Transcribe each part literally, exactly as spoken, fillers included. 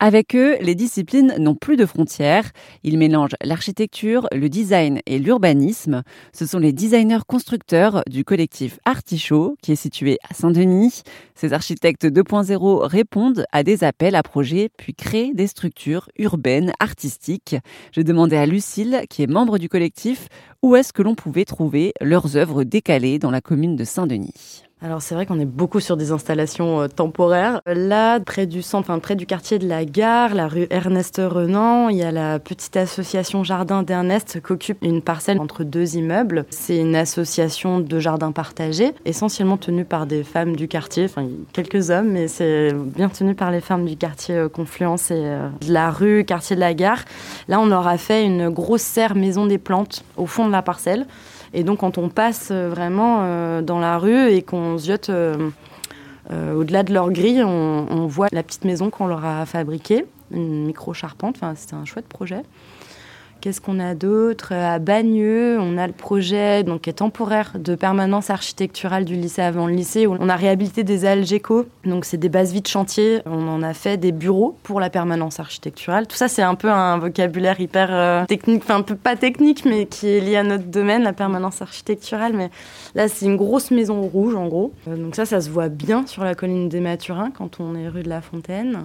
Avec eux, les disciplines n'ont plus de frontières. Ils mélangent l'architecture, le design et l'urbanisme. Ce sont les designers constructeurs du collectif Artichaut, qui est situé à Saint-Denis. Ces architectes deux point zéro répondent à des appels à projets, puis créent des structures urbaines, artistiques. J'ai demandé à Lucille, qui est membre du collectif, où est-ce que l'on pouvait trouver leurs œuvres décalées dans la commune de Saint-Denis. Alors c'est vrai qu'on est beaucoup sur des installations euh, temporaires. Là, près du centre, enfin près du quartier de la Gare, la rue Ernest Renan, il y a la petite association Jardin d'Ernest qui occupe une parcelle entre deux immeubles. C'est une association de jardins partagés, essentiellement tenue par des femmes du quartier, enfin quelques hommes, mais c'est bien tenu par les femmes du quartier euh, Confluence et euh, de la rue quartier de la Gare. Là, on leur a fait une grosse serre maison des plantes au fond de la parcelle. Et donc, quand on passe vraiment euh, dans la rue et qu'on ziote euh, euh, au-delà de leur grille, on, on voit la petite maison qu'on leur a fabriquée, une micro-charpente. Enfin, c'était un chouette projet. Qu'est-ce qu'on a d'autre ? À Bagneux, on a le projet donc, qui est temporaire de permanence architecturale du lycée avant le lycée. Où on a réhabilité des algécos, donc c'est des bases vides chantiers. On en a fait des bureaux pour la permanence architecturale. Tout ça, c'est un peu un vocabulaire hyper euh, technique, enfin un peu pas technique, mais qui est lié à notre domaine, la permanence architecturale. Mais là, c'est une grosse maison rouge, en gros. Euh, donc ça, ça se voit bien sur la colline des Mathurins quand on est rue de la Fontaine.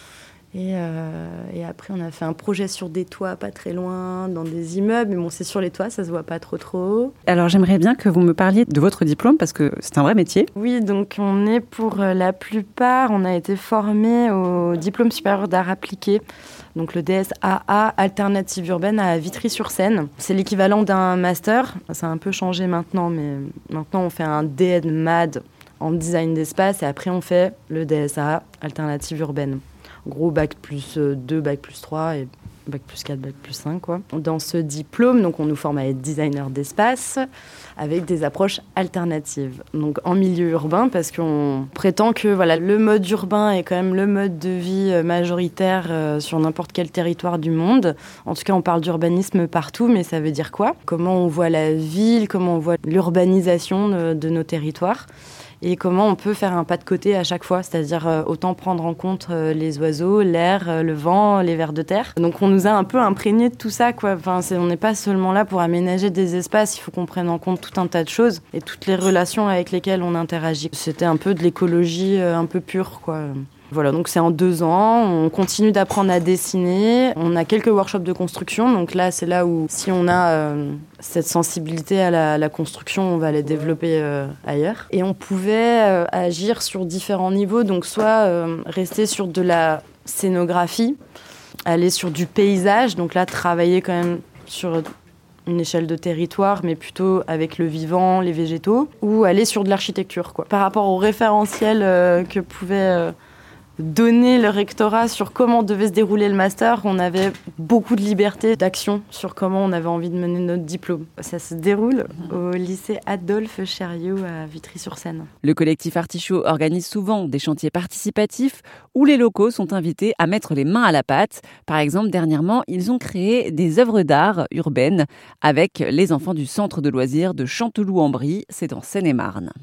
Et, euh, et après, on a fait un projet sur des toits pas très loin, dans des immeubles. Mais bon, c'est sur les toits, ça se voit pas trop trop. Alors, j'aimerais bien que vous me parliez de votre diplôme, parce que c'est un vrai métier. Oui, donc on est pour la plupart, on a été formés au diplôme supérieur d'art appliqué. Donc le D S A A, Alternative Urbaine à Vitry-sur-Seine. C'est l'équivalent d'un master. Ça a un peu changé maintenant, mais maintenant on fait un D Ed M A D en design d'espace. Et après, on fait le D S A A, Alternative Urbaine. En gros, bac plus deux, bac plus trois et bac plus quatre, bac plus cinq, quoi. Dans ce diplôme, donc, on nous forme à être designer d'espace avec des approches alternatives. Donc, en milieu urbain, parce qu'on prétend que voilà, le mode urbain est quand même le mode de vie majoritaire euh, sur n'importe quel territoire du monde. En tout cas, on parle d'urbanisme partout, mais ça veut dire quoi ? Comment on voit la ville, comment on voit l'urbanisation de, de nos territoires ? Et comment on peut faire un pas de côté à chaque fois, c'est-à-dire euh, autant prendre en compte euh, les oiseaux, l'air, euh, le vent, les vers de terre. Donc on nous a un peu imprégné de tout ça, quoi. Enfin, c'est, on n'est pas seulement là pour aménager des espaces, il faut qu'on prenne en compte tout un tas de choses et toutes les relations avec lesquelles on interagit. C'était un peu de l'écologie euh, un peu pure, quoi. Voilà, donc c'est en deux ans, on continue d'apprendre à dessiner, on a quelques workshops de construction, donc là c'est là où si on a euh, cette sensibilité à la, la construction, on va les développer euh, ailleurs. Et on pouvait euh, agir sur différents niveaux, donc soit euh, rester sur de la scénographie, aller sur du paysage, donc là travailler quand même sur une échelle de territoire, mais plutôt avec le vivant, les végétaux, ou aller sur de l'architecture, quoi. Par rapport au référentiel euh, que pouvait... Euh, donner le rectorat sur comment devait se dérouler le master, on avait beaucoup de liberté d'action sur comment on avait envie de mener notre diplôme. Ça se déroule au lycée Adolphe Chériot à Vitry-sur-Seine. Le collectif Artichaut organise souvent des chantiers participatifs où les locaux sont invités à mettre les mains à la pâte. Par exemple, dernièrement, ils ont créé des œuvres d'art urbaines avec les enfants du centre de loisirs de Chanteloup-en-Brie, c'est en Seine-et-Marne.